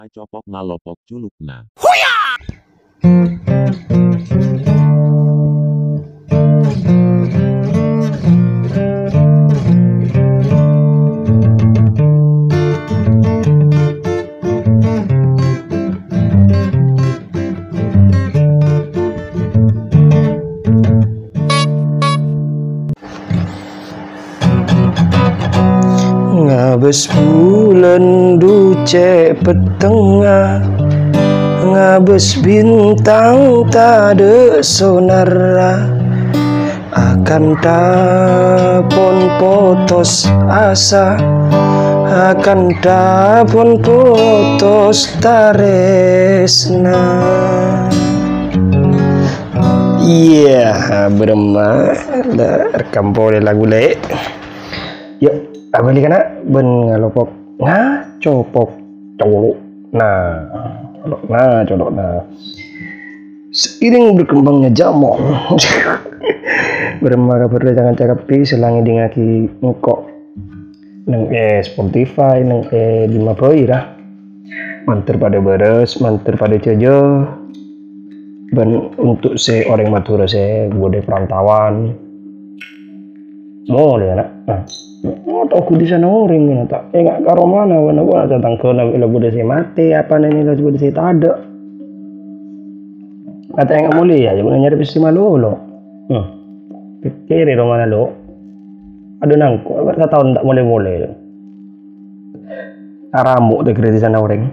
Copok ngalopok culukna. Ngabes bulan duce petengah, ngabes bintang tade sonara, akan tapon potos asa, akan tapon potos taresna. Iya, berema rekam boleh lagu le. Yuk, balik kana ben ngalopok ngacopok colok. Colok. Seiring berkembangnya zaman, berema kabar jangan cakapi selangi dingaki ngkok nang Spotify nang lima boy lah. Manter pada beres, manter pada cejo. Ben untuk orang Madura bude perantauan. Boleh anak. Aku di sana orang gini tak. Enggak karo mana gua tentang kena lagu desa mati apa nih lagu desa tak ada. Kata enggak boleh ya, jangan nyari pasti malu lo. Pikir di mana lo. Ada nangko, berapa tahun tak boleh. Aramu tak kira di sana orang.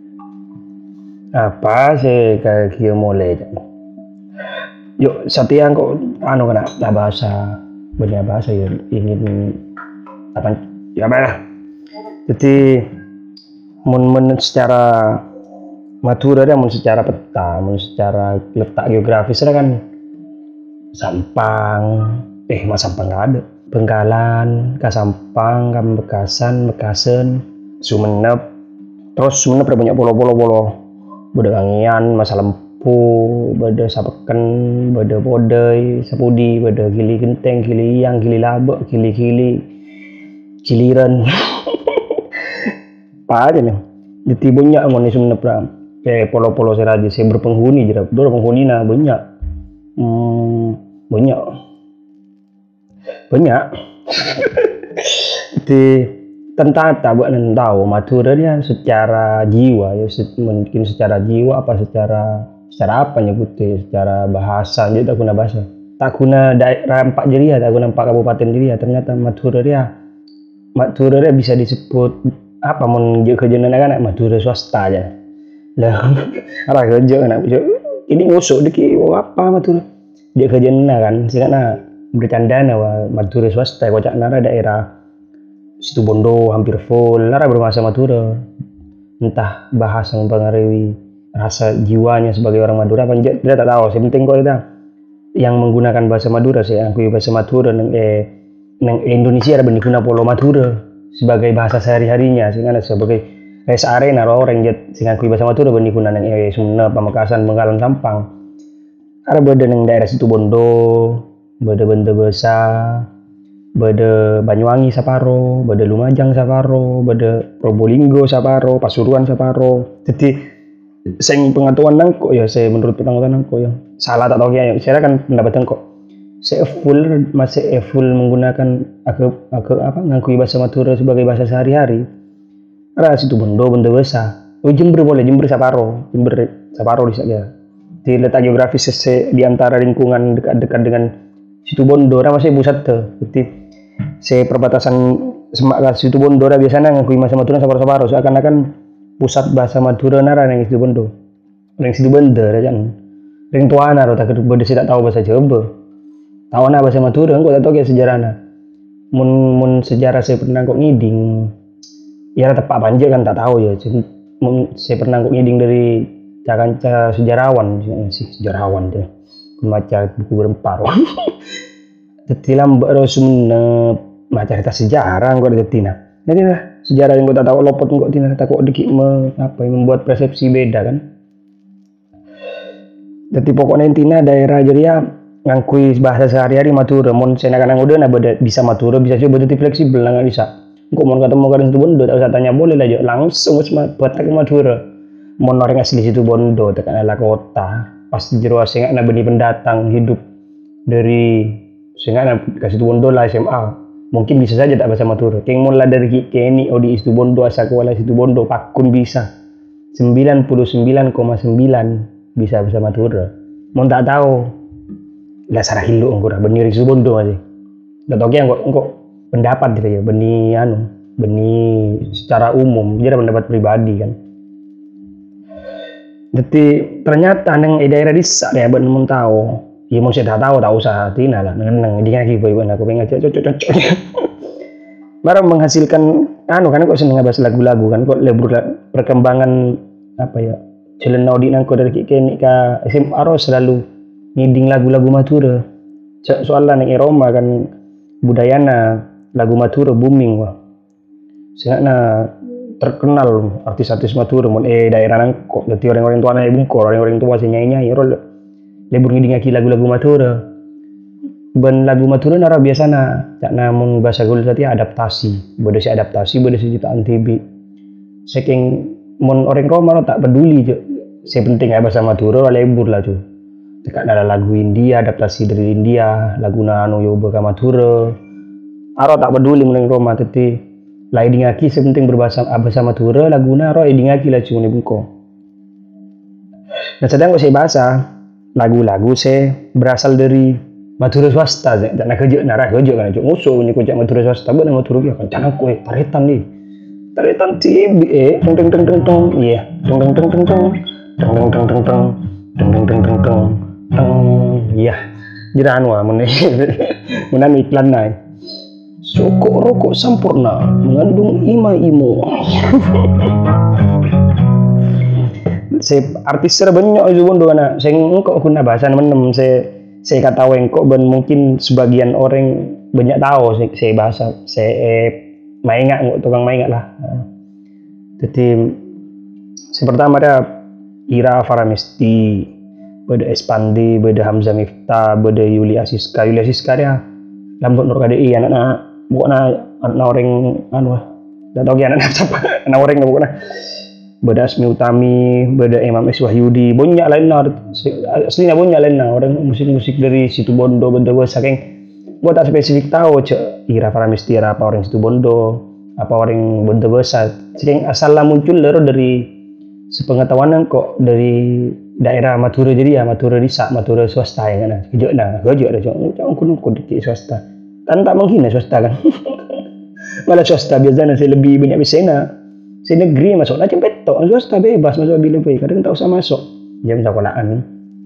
Apa sih kayak kira mulai. Yuk, satiang kok anu kena bahasa. Benar bahasa ya ingin apa ya lah. Jadi mun secara Madura dia mun secara peta, mun secara letak geografis kan Sampang, Mas Sampang nggak ada, Bengkalan, Kasampang, Bekasen, Sumenep, terus Sumenep ada banyak pulau, Bedangian, Masa Lempu, Bada Sapeken, Bada Podai, Sapudi, Bada Gili Genteng, Gili Iyang, Gili Labek, Gili Ciliran. Apa aja nih? Di tibunya mau nih Sumenep kayak pulau-pulau seraji saya berpenghuni jadi berpenghuni nah banyak. Di tentata buat tahu Madura dia secara jiwa ya mungkin secara jiwa apa secara apa nyebutnya secara bahasa dia tak guna bahasa tak guna daerah 4 Jeria tak guna 4 kabupaten Jeria ternyata Madura dia bisa disebut apa mun kerjaan kan Madura swasta aja lah arah kerja anak ini ngusuk diki apa Madura dia kerjaan kan sehingga bercanda Madura swasta kocak nara daerah Situ Bondo hampir full nara berbahasa Madura entah bahasa mempengaruhi rasa jiwanya sebagai orang Madura apa dia tak tahu yang penting kok kita yang menggunakan bahasa Madura sih aku bahasa Madura nang Indonesia ada bentuknya Pulau Madura sebagai bahasa sehari-harinya sehingga sebagai rest area orang jet sehingga aku bahasa Madura bentuknya nang Sumenep, Pamekasan, Bengkalan, Sampang ada beda nang daerah Situ Bondo beda Benda Besa beda Banyuwangi saparo, beda Lumajang saparo, beda Probolinggo saparo, Pasuruan saparo. Jadi sing pengetahuan nangko ya saya menurut pengetahuan nangko ya salah tak tahu ya saya kan pendapatan kok saya masih full menggunakan aku ngakui bahasa Madura sebagai bahasa sehari-hari. Ada Situ Bondo, Benda Besa. Jember boleh, Jember saparo di saja. Di letak geografis di antara lingkungan dekat-dekat dengan Situ Bondo masih pusat tuh. Jadi saya perbatasan Semak Situ Bondo biasanya ngakui bahasa Madura saparo seakan-akan pusat bahasa Madura nara yang Situ Bondo. Yang Situ Bondo kan. Yang tua nara tak beda saya tak tahu bahasa Jawa. Tahu bahasa Madura kok tak tahu kayak sejarahnya. Mun sejarah saya pernah kok ngiding. Ya tepak banjir kan tak tahu ya. Jadi saya pernah kok ngiding dari kanca sejarawan dia. Membaca buku berempar. Jadi lambat Sumenep macam cerita sejarah kok detina. Jadi lah sejarah yang kau tak tahu lopot kok tina tak kok dikit membuat persepsi beda kan. Jadi pokoknya intinya daerah Jeria ngakui bahasa sehari-hari Madura. Mon senakan udah bisa Madura bisa coba jadi fleksibel nggak bisa. Kok mau ketemu kan Situ Bondo tak usah tanya boleh lah langsung buat ke Madura. mon orang asli situ Bondo tekan ala kota pas jero sing ana benih pendatang hidup dari sing ana ke situ Bondo lah SMA mungkin bisa saja tak bahasa Madura keng mon lah dari keni odi situ Bondo asa ko ala situ Bondo pakun bisa 99,9 bisa bahasa Madura mon tak tahu lah sarah hilu engko benih situ Bondo aja tak tahu yang kok pendapat gitu ya benih secara umum jadi pendapat pribadi kan. Jadi ternyata neng daerah desa ya ben mun tahu ya mun saya tahu usah tina lah neng di kaki boy ben aku pengen cocok baru menghasilkan kan kok seneng bahas lagu-lagu kan kok lebur perkembangan apa ya jalan audi nangko dari kini ke SMA selalu ngiding lagu-lagu Madura soalnya neng Roma kan budayana lagu Madura booming wah sehingga terkenal artis-artis Madura mon daerah nangko jadi orang-orang tua anak bungkor orang-orang tua masih nyanyi lebur ngiding lagu-lagu Madura ben lagu Madura nara biasana cak namun bahasa gaul tadi adaptasi beda si jutaan TV saking mon orang Roma tak peduli je sepenting bahasa Madura lebur lah tuh tekan ada lagu India adaptasi dari India lagu nano yoba ka Madura aro tak peduli mon Roma tadi lai dingaki sepenting berbahasa Madura laguna ro dingaki lah cuma bungko. Nah sedang kok saya bahasa lagu-lagu saya berasal dari Madura swasta jangan kerja narah kerja kan cuk musuh ini kocak Madura swasta buat Madura dia kan jangan kue taritan nih taritan cibi teng teng teng teng teng iya teng teng teng teng teng teng teng teng teng teng teng teng teng teng teng iya jadi anu menan iklan naik Soko rokok sempurna mengandung ima-imo. Artis banyak itu Bondo kana. Saya engkau guna bahasa menem saya kata engkau ben mungkin sebagian orang banyak tahu saya bahasa saya maingat engkau tukang maingat lah. Jadi pertama ada Ira Faramesti, beda Espandi, beda Hamzah Miftah, beda Yulia Siska dia lambut Nur KDI anak bukan anak orang anu tidak tahu anak siapa anak orang bukan beda Asmi Utami beda Imam S Wahyudi banyak lain aslinya banyak lain orang musik dari situ Bondo benda saking gua tak spesifik tahu cek Ira Faramesti apa orang situ Bondo apa orang Bondo besar saking asal muncul dari sepengetahuan kok dari daerah Madura jadi ya Madura desa Madura swasta ya kan gojok ada cok kudu di swasta kan tak menghina swasta kan malah swasta biasanya saya lebih banyak bisena saya negeri masuk aja petok swasta bebas masuk bila baik kadang tak usah masuk jam sekolahan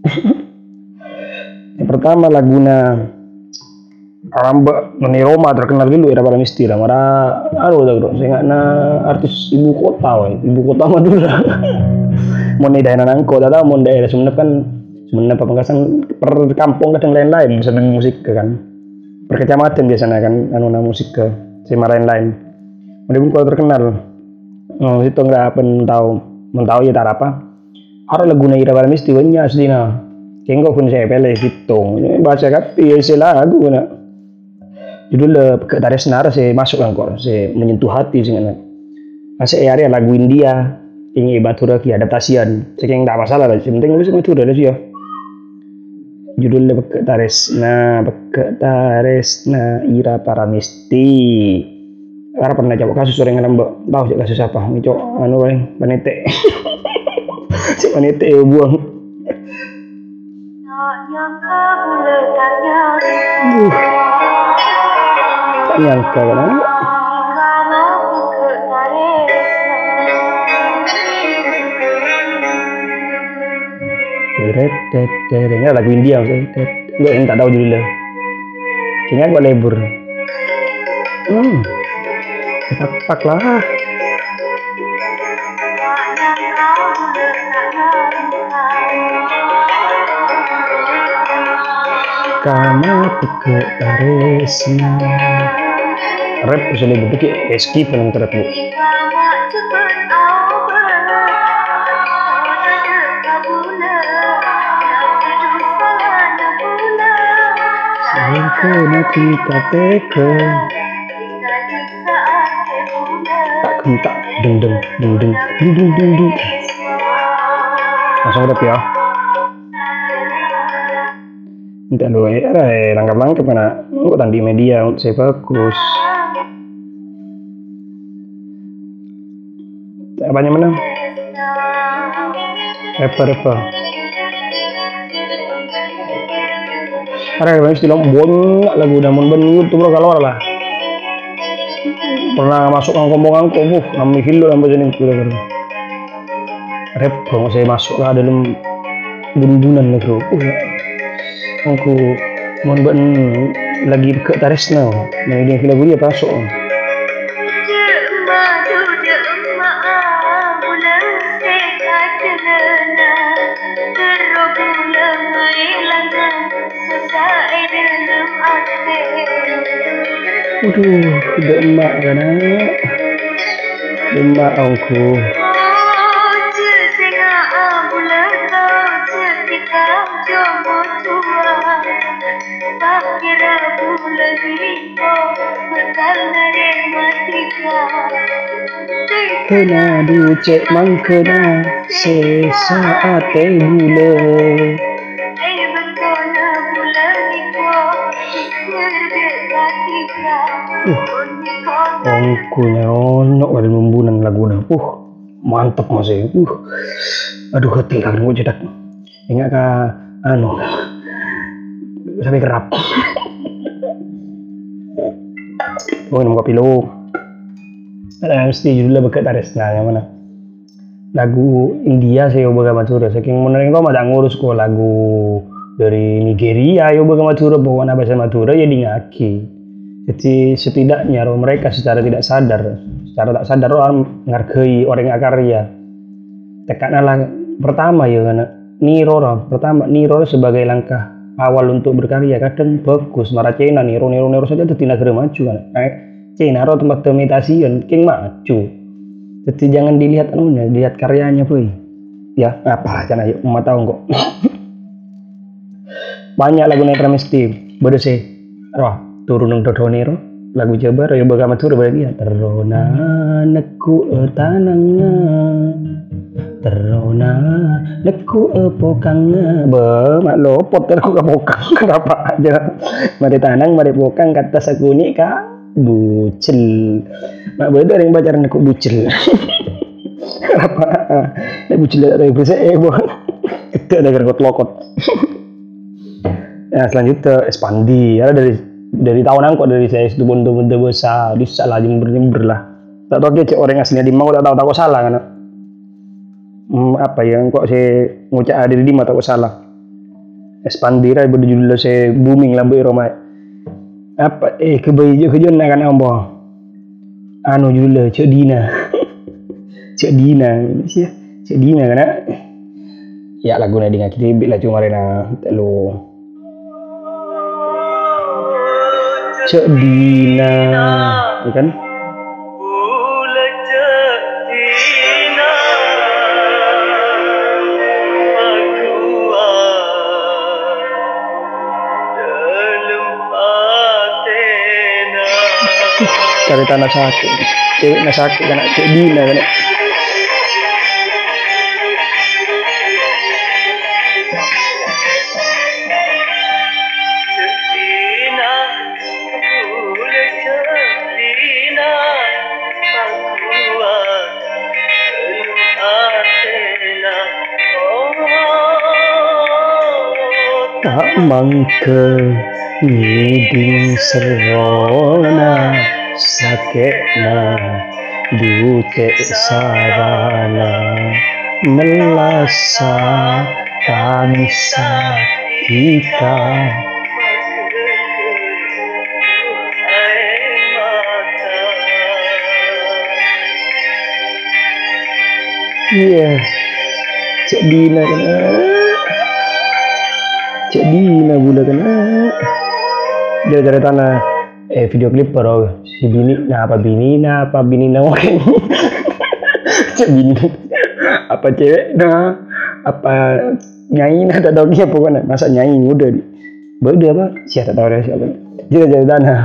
yang pertama laguna Ramba Noni Roma terkenal dulu Ira Faramesti lah marah aduh saya nggak artis ibu kota Madura mau daerah nangko tak tahu mau daerah Sumenep Pamekasan per kampung kadang lain-lain seneng musik kan per kecamatan biasanya kan musik ke sama lain-lain udah pun kalau terkenal itu nggak tahu ya tak apa ada lagu Ira Faramesti banyak aslinya kayak kok pun saya pilih gitu bahasa kapi lagu nak judul ke dari senar saya masuk kan kok saya menyentuh hati sih kan masih area lagu India ini Madura ki adaptasian saya nggak masalah lah penting musik Madura sih ya judulnya Bekek Taresna Ira Faramesti. Karena pernah coba kasus orang yang tahu sih kasus apa? Ini cok panete. Si panete buang. Tak nyangka kan? Ini lagu India enggak tak tahu judulnya kayaknya gua lebur pak lah Kama Bekek Taresna rap bisa lebih pakai eski penang terapuk nanti kateke tak kentak deng langsung udah ya. Tidak lu langkap-langkap karena lu tadi media untuk saya bagus. Apanya mana? Rapper. Ada yang istilah banyak lagu namun ben YouTube lo kalau lah. Pernah masuk ngomong-ngomong ngambil kilo sampai sini gitu. Rap kalau saya masuk lah dalam bun-bunan nih bro. Aku mau ben lagi ke Taresna. Nah dia lagu dia masuk. Demak kan demak aku. Kena ducek mangkena sesaat gula. Ongkunya onok ada lumbunan laguna. Mantap masih. Aduh hati kan gue cedak. Ingat sampai kerap. Minum kopi lu. Ada mesti judulnya Beket Taresna yang mana? Lagu India saya coba Matsura. Saking menering kau madah ngurus kok lagu dari Nigeria yo baga Matsura bawa bahasa Madura ya dingaki. Jadi setidaknya mereka secara tidak sadar, secara tak sadar orang menghargai orang yang karya. Tekanlah pertama ya karena Niro sebagai langkah awal untuk berkarya kadang bagus. Mara Cina Niro saja itu tidak negara maju kan. Cina tempat meditasi kan king maju. Jadi jangan dilihat dilihat karyanya boy. Ya apa aja yuk mau tahu kok. Banyak lagu netra mesti bodoh sih. Turun dodonero lagu Jabar ya baga Matsura berarti ya terona neku tananga terona neku pokang mak lopot terku ka pokang kenapa aja mari tanang mari pokang kata sakuni ka bucil mak beda yang baca neku bucil kenapa bucil dari bisa itu ada gergot-lokot. Nah selanjutnya Espandi ada dari tahunan kok dari saya itu benda besar bisa lah jember lah. Tak tahu dia orang aslinya di mau tak tahu salah kan. Apa yang kok saya ngucap ada di mata kok salah. Espandi ra berjudul saya booming lambe Roma. Apa kebayi kejon kan ombo. Judulnya Cek Dina. Cek Dina kan. Ya lagunya dengan kita bila cuma rena telu Cek Dina, kan? Cari tanah sakit, cewek sakit kan? Cek Dina kan? Tak mangke ngiding serona saketna ducek sarana melasa tangsa kita Cek Dina kan Cek Dina bula kan dia dari tanah video klip baru si bini apa bini oke cek bini apa cewek apa nyanyi tak tahu dia pokoknya masa nyanyi udah dia apa siapa tak tahu dia siapa dia dari tanah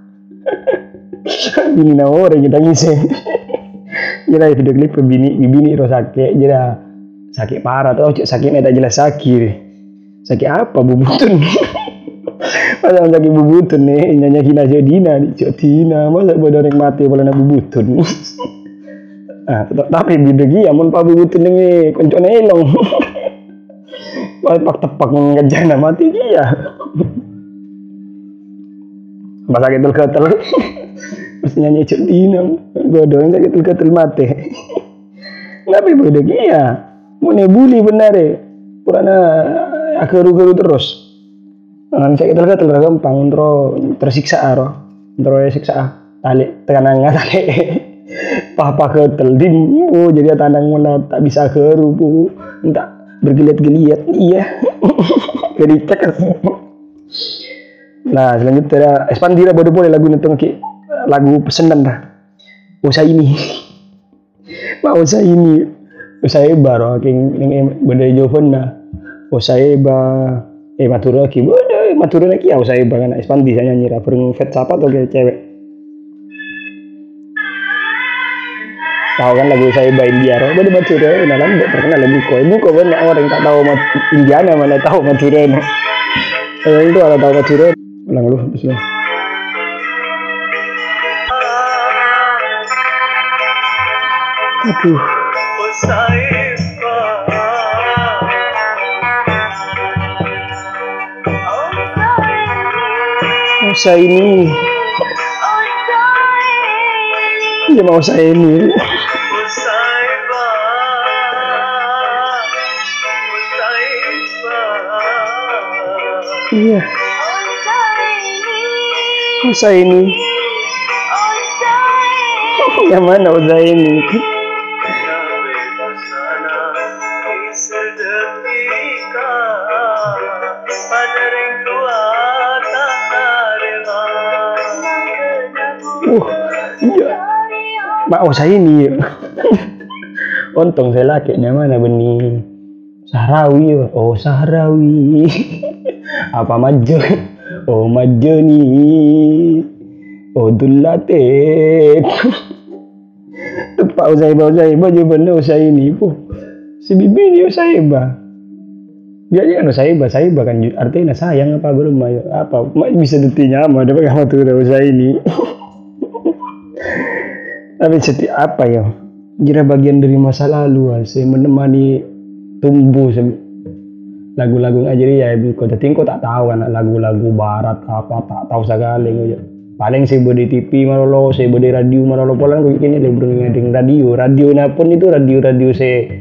bini orang kita ngisi jadi video klip bini rosake jadi sakit parah tuh, cek sakitnya tak jelas sakit apa bubutun. Masa sakit bubutun nih, nyanyi hina Dina nih, cok Dina, masa bodoh orang mati kalau nak bubutun. Nah, tapi beda dia, mun pak bubutun ini koncone elong. Tepak ngejana mati dia. Pas sakit ketel, pas nyanyi cok Dina, bodoh yang sakit ketel mati. Tapi beda dia, mau nebuli benar purana keru terus. Saya kita gampang tersiksa siksa talik tekanan talik papa ketel dimbu jadi tandang mana tak bisa keru bu tak bergeliat iya jadi cek. Nah selanjutnya Espandira boleh lagu nonton lagu pesanan dah usaha ini usaha baru yang benda jawaban dah usaha matur lagi boleh matur lagi ya saya banget Espandi saya nyanyi bareng vet siapa atau cewek tahu kan lagu saya India roh boleh matur ya dalam terkenal buku banyak orang tak tahu Indiana mana tahu Madura itu ada tahu Madura ulang lu bismillah. Aduh saya ini dia mau saya ini iya saya ini yang mana saya ini iya. Mak saya ini untung saya lakinya mana benih Sahrawi Sahrawi apa majo majo nih dulatet tepak saya baju bener saya ini si bibi ni saya jadi kan saya kan artinya sayang apa belum apa bisa detinya mah dapat kamu tuh saya ini. Tapi setiap apa ya kira bagian dari masa lalu saya menemani tumbuh lagu-lagu ngajari ya ibu kota tingko tak tahu kan lagu-lagu barat apa tak tahu sekali paling saya di TV marolo saya di radio marolo polan kok ini lebih ngading radio pun itu radio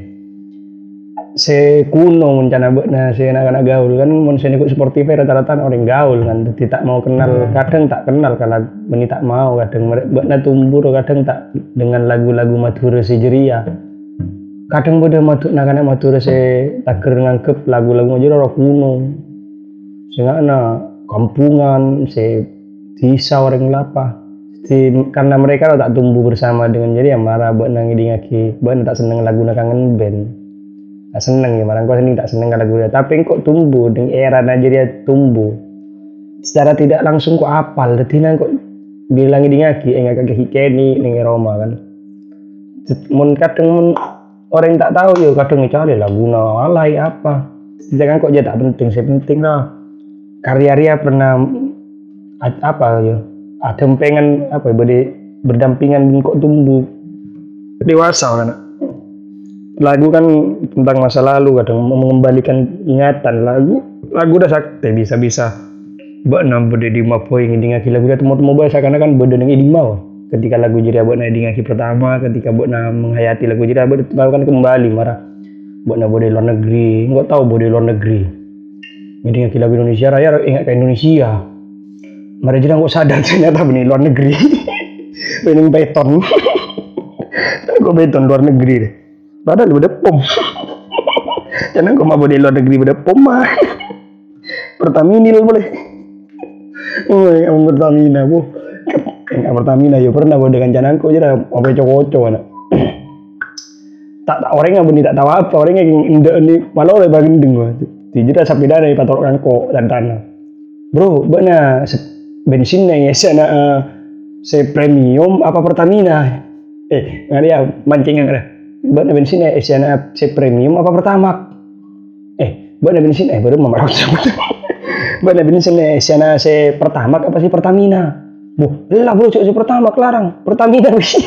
saya kuno mencana nah saya anak-anak gaul kan mun saya ikut sportif rata-rata orang gaul kan tidak mau kenal kadang tak kenal karena meni tak mau kadang mereka tumbuh kadang tak dengan lagu-lagu Madura sejeria kadang pada anak-anak Madura saya tak nganggep lagu-lagu aja orang kuno saya kampungan saya desa orang lapa karena mereka tak tumbuh bersama dengan jadi yang marah buat nangis tak seneng lagu kangen band tak seneng ya malah kau sendiri tak seneng lagu dia tapi kok tumbuh dengan era Nigeria tumbuh secara tidak langsung kok apal detina kok bilang ngaki enggak kaki Kenny ning Roma kan kadang orang tak tahu ya kadang cari lagu alay apa jangan kok dia tak penting saya penting lah karya pernah apa ya ada pengen apa berdampingan kok tumbuh dewasa kan lagu kan tentang masa lalu kadang mengembalikan ingatan lagu udah sakti bisa buat nambah di mapoy ngiding aki lagu dia temu bahasa karena kan bodoh dengan idimau ketika lagu jadi buat ngiding aki pertama ketika buat menghayati lagu jadi buat kan kembali marah buat nambah di luar negeri nggak tahu buat di luar negeri ngiding aki lagu Indonesia raya ingat ke Indonesia marah jadi nggak sadar ternyata benih luar negeri benih beton kok beton luar negeri deh padahal udah pom jangan kau mau di luar negeri udah pom mah Pertaminil boleh Pertamina Pertamina ya pernah gue dengan janganku aja mau cocok anak tak orangnya benih tak tahu apa orangnya ini malah oleh bagian dengar tidak sampai dari patok kangko dan tanah bro benar bensinnya ya sana se premium apa Pertamina nggak dia mancing ada Buat bensin Asiana C Premium apa Pertamax? Buat bensin baru memarok sebut. Buat bensin Asiana C Pertamax apa sih Pertamina? Lah bro, C Pertamax larang, Pertamina wis.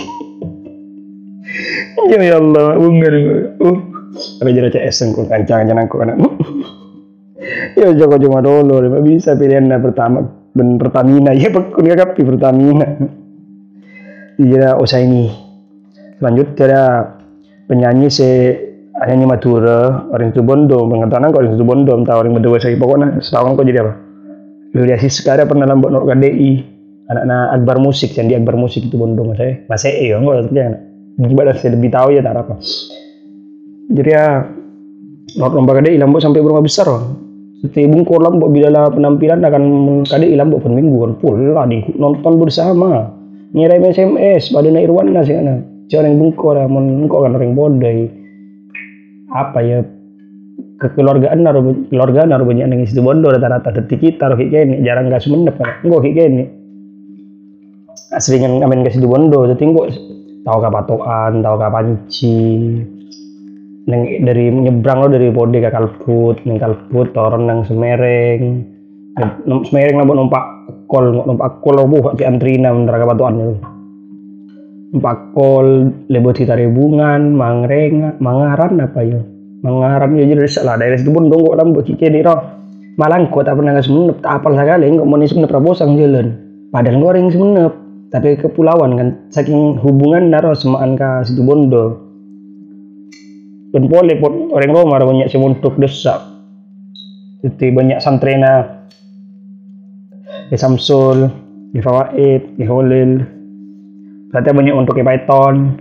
Ya Allah, bungar. Tapi jadi CS kok kancang-kancang aku kan. Ya Joko cuma dulu, bisa pilihan pertama ben Pertamina ya pekun kapi Pertamina. Iya ini. Selanjutnya ada penyanyi penyanyi Madura orang Situbondo, mengatakan orang Situbondo entah orang Madura saya pokoknya setahun kok jadi apa? Yulia Siska ada pernah lambok Nur KDI, anak-anak Akbar Musik, Candi Akbar Musik itu Bondo mas ya enggak kan. Gimana saya lebih tahu ya tak apa. Jadi ya lomba KDI lambok sampai berapa besar loh. Setiap bungkur lambok bila penampilan akan KDI lambok per minggu kan pula nonton bersama. Ngirim SMS pada Irwana sih kan. Jangan bungkur ya, kok kan orang bodai. Apa ya kekeluargaan naruh banyak nang situ Bondo rata-rata detik kita roh kene jarang gas menep kan. Engko kene. Asringan amen ke situ Bondo jadi engko tahu kapatoan, tahu kapanci. Neng dari nyebrang lo dari Bode ke Kalput, neng Kalput turun nang Semereng. Semereng lah numpak kol lo buh di antrina mentera kapatoan itu. Numpak kol lebot kita rebungan, mangaran apa ya? Mangaran ya jadi salah daerah situ pun dong kok lambok kiki roh. Malang kok tak pernah semenep, tak apal sekali enggak mau semenep Rabosang jalan. Padahal goreng semenep, tapi kepulauan kan saking hubungan naro semaan ke situ Bondo. Dan boleh pun orang Roma banyak semuntuk desak. Jadi banyak santrena di Samsul, di Fawaid, di Holil. Berarti banyak untuk di Python.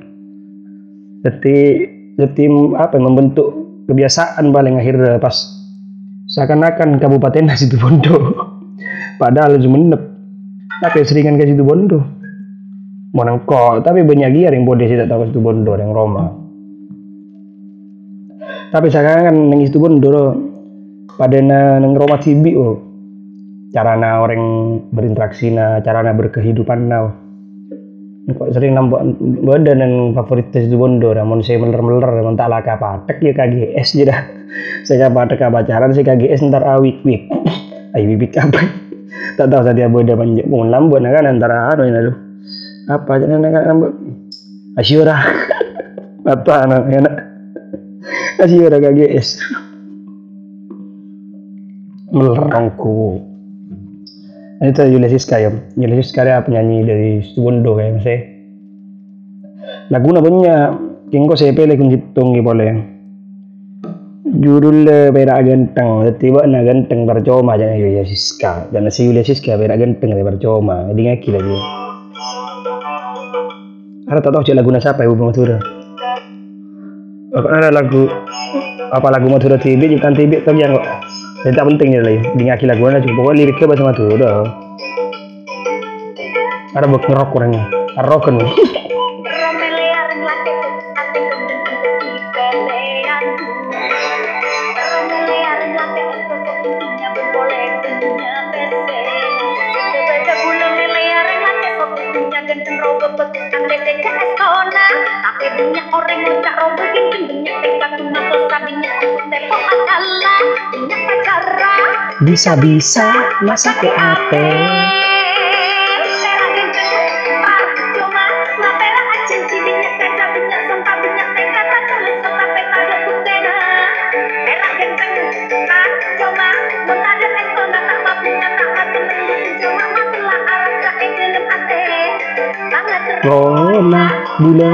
Jadi apa membentuk kebiasaan paling akhir pas seakan-akan kabupaten situ Bondo. Padahal Sumenep. Tapi seringan ke situ Bondo. Monang kok, tapi banyak giar yang Bode sih tak tahu situ Bondo yang Roma. Tapi sekarang kan nang situ Bondo pada nang Roma Cibi carana orang berinteraksi carana berkehidupan kok sering nampak badan yang favorit situ Bondo namun saya meler mentak lah kapatek ya KGS jadi saya kapatek pacaran saya KGS ntar awik ayo bibik apa tak tahu saja beda banyak pun lambut kan antara ini lalu apa jadi nak lambut Asyura apa anak Asyura KGS melerangku. Itu Yulia Siska penyanyi dari Situbondo kayak saya. Lagu banyak, kingko saya pilih kunjitung boleh. Judul Perak Genteng, tiba na genteng percoma jangan Yulia Siska, dan si Yulia Siska Perak Genteng dari percoma, jadi ngaki lagi. Ada tak tahu cik lagu siapa Ibu Madura? Ada lagu Madura TV, Jutaan TV tapi yang kok. Jadi tak penting ya lagi, di ngaki lagu aja, pokoknya liriknya bahasa Madura. Ada buat ngerok orangnya, rocken. Bisa-bisa masa ke ate. Roma bule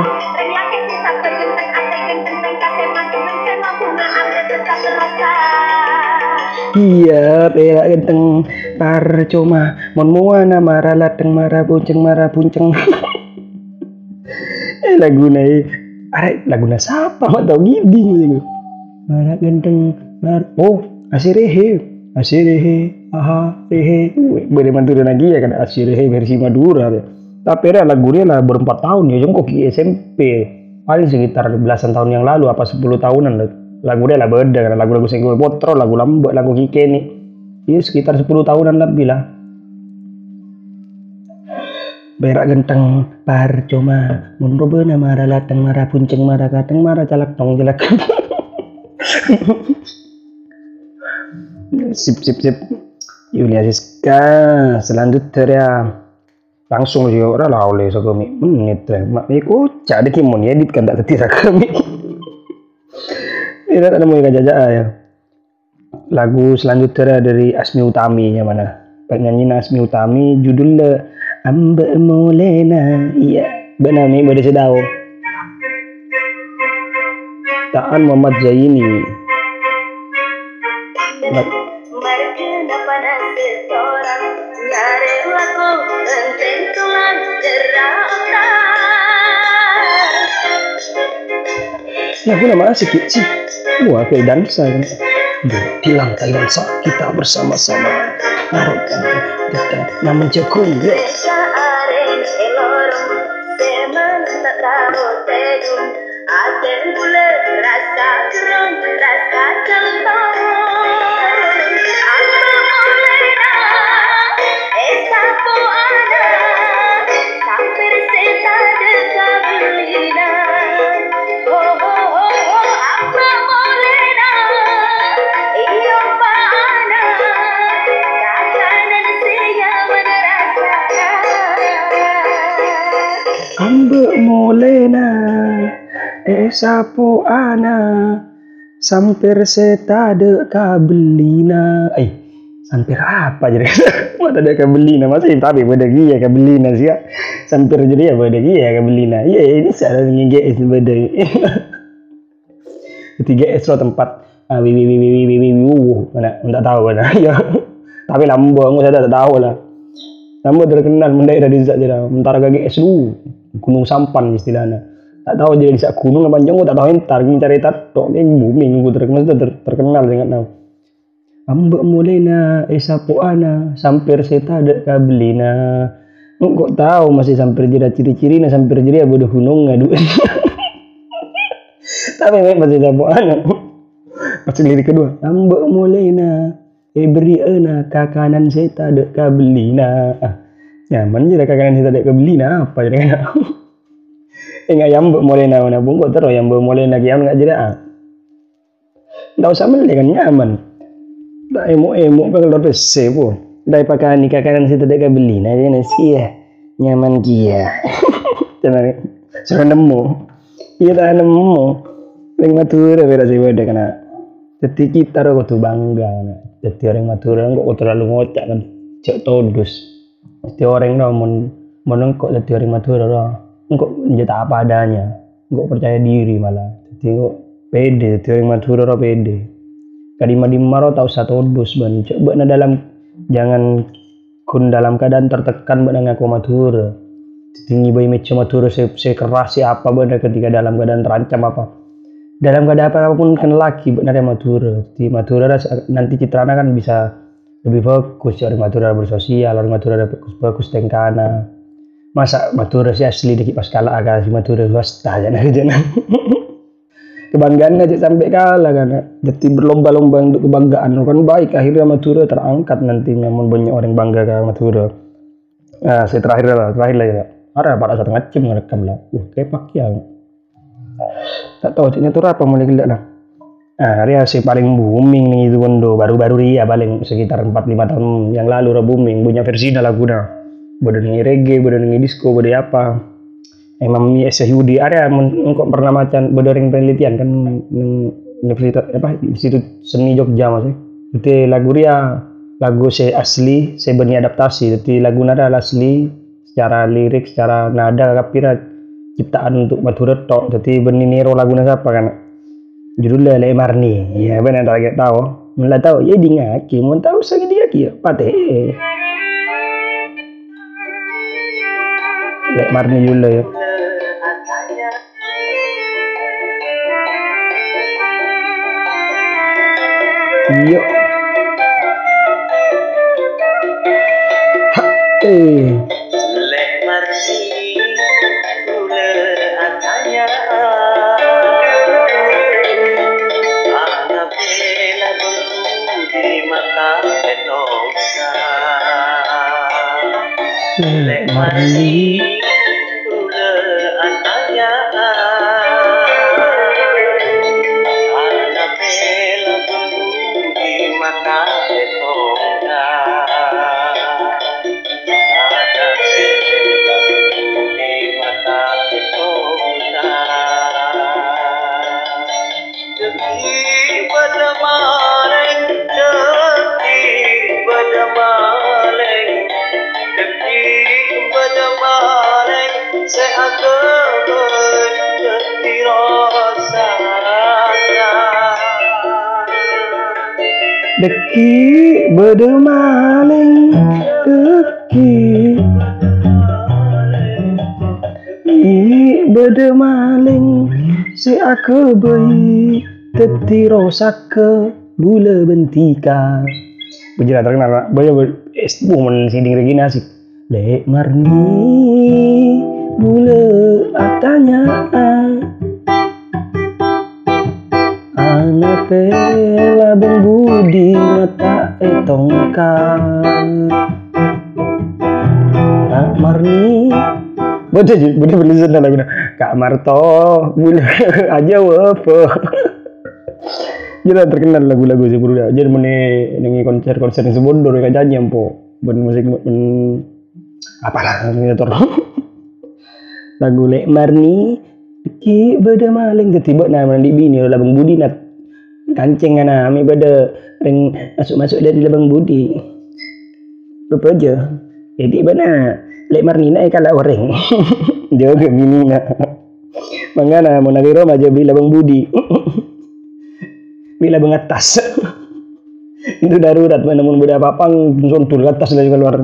iya Perak Genteng percuma mon muana marah lateng marah bunceng lagu na siapa mak tau giding gitu Perak Genteng asirehe aha rehe boleh mantu lagi ya kan asirehe versi Madura ya. Tapi lagunya lah berempat tahun ya jongkok di SMP paling sekitar belasan tahun yang lalu apa 10 tahunan lagunya lah beda kan lagu-lagu saya gue potro lagu lambak lagu kikeni iya sekitar 10 tahunan lebih lah berak genteng par cuma mun robena marah latang marah punceng marah kateng marah calak tong jelek. Sip sip sip. Yulia Siska selanjutnya ya langsung sih orang lah oleh sakami menit ya mak ikut cak deki mon edit kan tak tetir sakami. Tidak ada mau jajak ya. Lagu selanjutnya dari Asmi Utami yang mana? Penyanyi Asmi Utami judulnya Amba Molena. Iya, benami pada sedau. Taan Muhammad Zaini. Lagu nama asik sih. Wah, kayak dansa kan. Bilang kalian saat kita bersama-sama Marokan kita namun cekung ya. Amba Molena sapo ana sampir setade kabelina. Sampir apa jadi? Mata ada kabelina masih tapi pada gia kabelina sih ya. Sampir jadi ya pada gia kabelina. Iya ini salah nge-GS pada. Ketiga esro tempat mana enggak tahu mana ya. Tapi lambang saya tidak tahu lah. Lambang terkenal mendaerah di sana. Mentara GS lu Gunung Sampan istilahnya. Tak tahu jadi di gunung apa panjang tak tahu entar mencari tato ini booming gue terkenal sangat tahu. Amba Molena sapo ana sampir seta ada kabelina. Kok tahu masih sampir jeda ciri-cirinya sampir jadi bodoh gunung ngadu. Tapi masih sapo ana. Masih lirik kedua. Amba Molena beri ana kakanan seta ada kabelina. Nyaman jadi kakanan seta ada kabelina apa jadi enggak yang Molena mana bungkuk terus yang Molena kiam enggak jeda. Enggak usah beli kan nyaman. Tak emo kalau PC pun. Dai pakai nikah kanan situ tak beli. Nah dia nasi ya nyaman kia. Jangan sudah nemu. Iya tak nemu. Leng Madura beda sih beda kena. Jadi kita kok tuh bangga. Jadi orang Madura kok terlalu ngocak kan. Cek todus. Jadi orang dah menengkok jadi orang Madura dah. Kok menjadi apa adanya. Kok percaya diri malah. Jadi kok pede. Jadi orang Madura dah pede. Kadima dimaro tahu satu dus ban coba dalam jangan kun dalam keadaan tertekan ban ngaku Madura tinggi bayi macam Madura saya keras apa ban ketika dalam keadaan terancam apa dalam keadaan apapun kan laki benar Madura di Madura nanti citranya kan bisa lebih bagus orang Madura bersosial orang Madura bagus tengkana masa Madura sih asli dikit pas kalah agak si Madura swasta jangan kebanggaan aja sampai kalah kan jadi berlomba-lomba untuk kebanggaan kan baik akhirnya Madura terangkat nantinya banyak orang bangga ke Madura. Nah saya terakhir lah ya ada pada saat ngacem ngerekam lah kayak pakai tak tahu ceknya tuh apa mulai gila lah. Nah hari si paling booming nih itu kondo baru-baru dia paling sekitar 4-5 tahun yang lalu booming punya versi lagunya bodoh dengi reggae bodoh dengi disco bodoh apa. Emang SHUD area kok pernah macam berdering penelitian kan universitas apa Institut Seni Jogja masih itu lagu dia lagu saya asli saya beni adaptasi jadi lagu nada asli secara lirik secara nada kapira ciptaan untuk Madura tok jadi beni nero lagunya siapa kan judulnya Le Marni ya benar tak tahu mulai tahu ya di ngaki mau tahu sakit dia kia pateh Le Marni judulnya ya. Yo. Lek marsi kule atanya anak bela di mata penosa Lek Marni kula atanya anak bela budi mata etongga anak bela budi mata etongga demi badamaleng demi badamaleng demi badamaleng seakan ketirosana deki bedemaling deki bedemaling se aku beri tetiro sake gula bentika bujira terkenal banyak men siding regina asik Lek Marni gula atanya anak pela budi mata etongkan Kak Marni bener bener lagu Kak Marto bule aja apa jadi terkenal lagu-lagu si buru jadi menengi konser-konser yang sebondor kayak janji empo ben musik ben apalah miniatur lagu Lek Marni ki beda maling ketiba nah mandi bini labang budi nat kancing ana ami beda ring masuk dari labang budi lupa aja jadi mana Lek Marni naik kalah orang dia ke bini na mangana mau nagiro aja beli labang budi beli labang atas itu darurat mana mau beda papang sontul atas dari keluar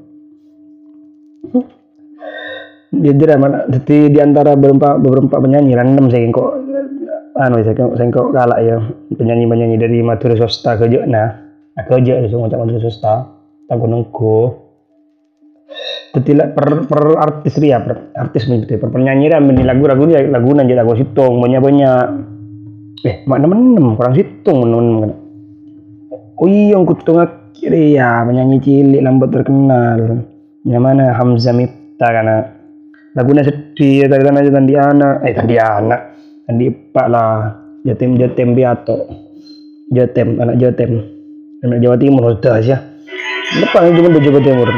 dia mana jadi di antara beberapa penyanyi random saya kok saya kok galak ya penyanyi dari Madura Sosta ke Jogna aku aja itu ngocak Madura Sosta tak nunggu jadi per artis ria per artis begitu per penyanyi ria meni lagu nanti lagu situng banyak mana kurang situng men oh iya kutung akhirnya ya penyanyi cilik lambat terkenal yang mana Hamzah Miftah karena lagunya sedih tadi anak tadi pak lah jatim biato anak Jawa Timur sudah ya depan cuma di Jawa Timur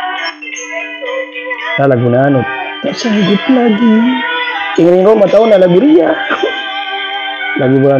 nah lagunya tak sanggup lagi ingin Roma tahu nah lagu ria lagu bukan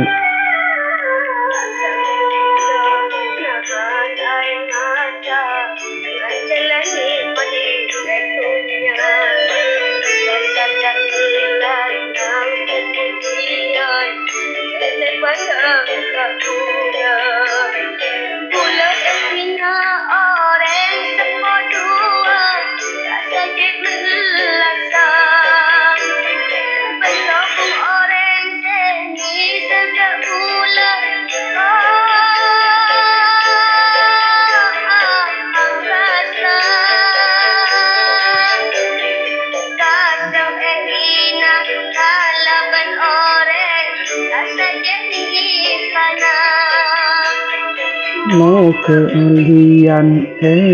mau kealian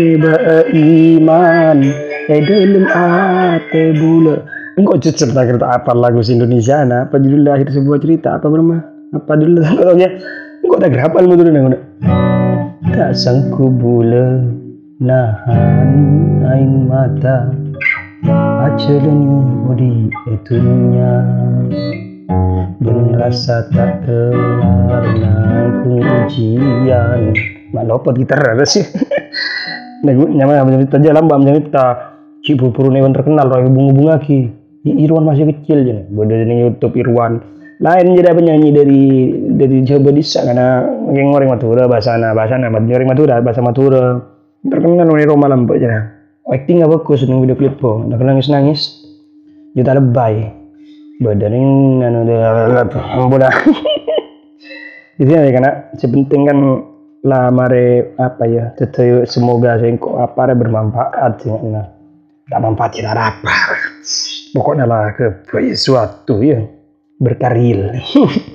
iman dalam ate bula engkau cerita apa lagu Indonesia apa judul akhir sebuah cerita apa judul kalau engkau tak hafal mu dulu tak sangku bula nahan aing mata aceleni odi etunya ben rasa tak kelar nangkung ujian mak lopot gitar ada sih nego nyama macam aja lambam macam kita si puru newan terkenal roy bunga ki Irwan masih kecil je bodoh di YouTube Irwan lain jadi penyanyi dari Jawa Desa karena ngoreng Madura bahasa Madura bahasa Madura terkenal oleh Roma Lampok je acting apa bagus nang video klip po nak nangis juta lebay badan bola itu ya karena sepenting kan lah mare apa ya semoga sengko apa bermanfaat sih tak manfaat tidak apa pokoknya lah ke sesuatu ya berkaril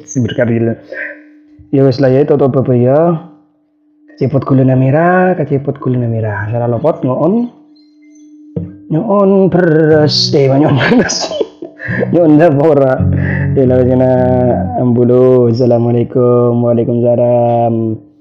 ya wes lah ya itu apa ya cepot kulina merah salah lopot ngoon Nyon beres nyon beres nyon dapora ila jana ambulo assalamualaikum waalaikumsalam